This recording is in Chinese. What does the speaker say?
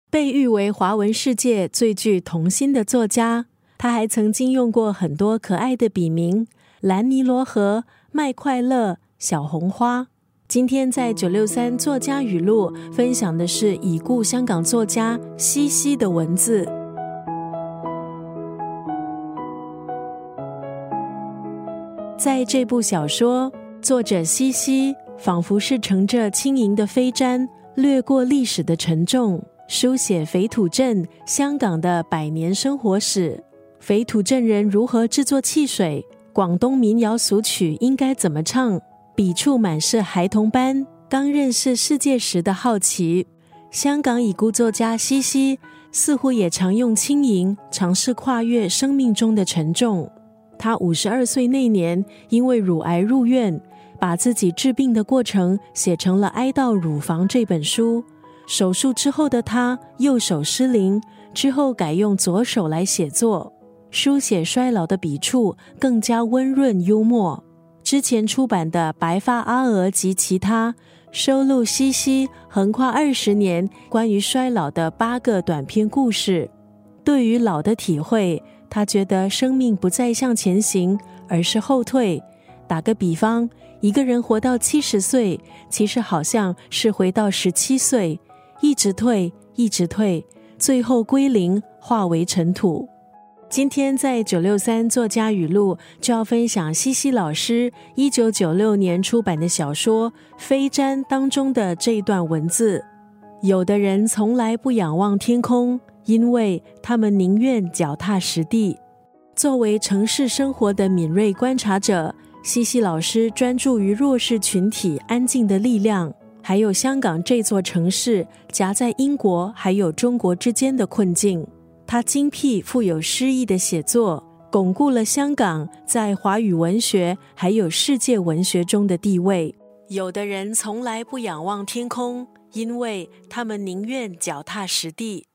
被誉为华文世界最具童心的作家。他还曾经用过很多可爱的笔名，兰尼罗河、麦快乐、小红花。今天在963作家语录分享的是已故香港作家西西的文字。在这部小说，作者西西仿佛是乘着轻盈的飞毡，掠过历史的沉重，书写肥土镇香港的100年生活史。肥土镇人如何制作汽水，广东民谣俗曲应该怎么唱，笔触满是孩童般刚认识世界时的好奇。香港已故作家西西似乎也常用轻盈尝试跨越生命中的沉重。他52岁那年因为乳癌入院，把自己治病的过程写成了《哀悼乳房》这本书。手术之后的他右手失灵，之后改用左手来写作，书写衰老的笔触更加温润幽默。之前出版的《白发阿娥及其他》收录西西横跨20年关于衰老的8个短篇故事。对于老的体会，他觉得生命不再向前行，而是后退。打个比方，一个人活到70岁，其实好像是回到17岁，一直退，一直退，最后归零，化为尘土。今天在963作家语录就要分享西西老师1996年出版的小说《飞毡》当中的这一段文字。有的人从来不仰望天空，因为他们宁愿脚踏实地。作为城市生活的敏锐观察者，西西老师专注于弱势群体安静的力量，还有香港这座城市夹在英国还有中国之间的困境。他精辟富有诗意的写作，巩固了香港在华语文学还有世界文学中的地位。有的人从来不仰望天空，因为他们宁愿脚踏实地。